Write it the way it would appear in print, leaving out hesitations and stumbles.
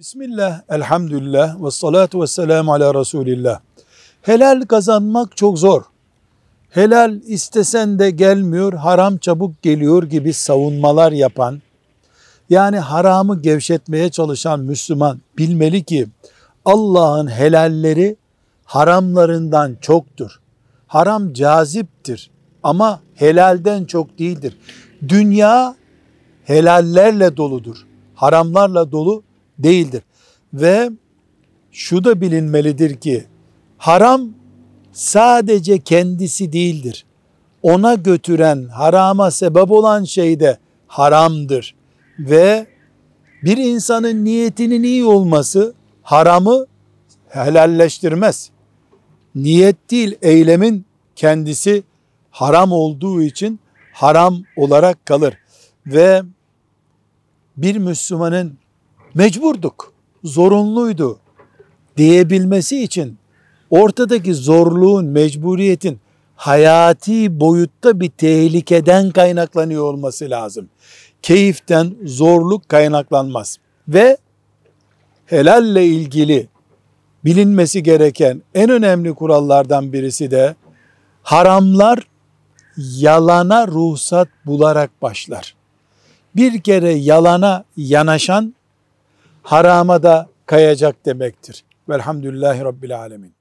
Bismillah, elhamdülillah, ve salatu ve selamu ala Resulillah. Helal kazanmak çok zor. Helal istesen de gelmiyor, haram çabuk geliyor gibi savunmalar yapan, yani haramı gevşetmeye çalışan Müslüman bilmeli ki Allah'ın helalleri haramlarından çoktur. Haram caziptir ama helalden çok değildir. Dünya helallerle doludur, haramlarla dolu değildir. Ve şu da bilinmelidir ki haram sadece kendisi değildir. Ona götüren, harama sebep olan şey de haramdır. Ve bir insanın niyetinin iyi olması haramı helalleştirmez. Niyet değil, eylemin kendisi haram olduğu için haram olarak kalır. Ve bir Müslümanın mecburduk, zorunluydu diyebilmesi için ortadaki zorluğun, mecburiyetin hayati boyutta bir tehlikeden kaynaklanıyor olması lazım. Keyiften zorluk kaynaklanmaz. Ve helalle ilgili bilinmesi gereken en önemli kurallardan birisi de haramlar yalana ruhsat bularak başlar. Bir kere yalana yanaşan harama da kayacak demektir. Velhamdülillahi Rabbil Alemin.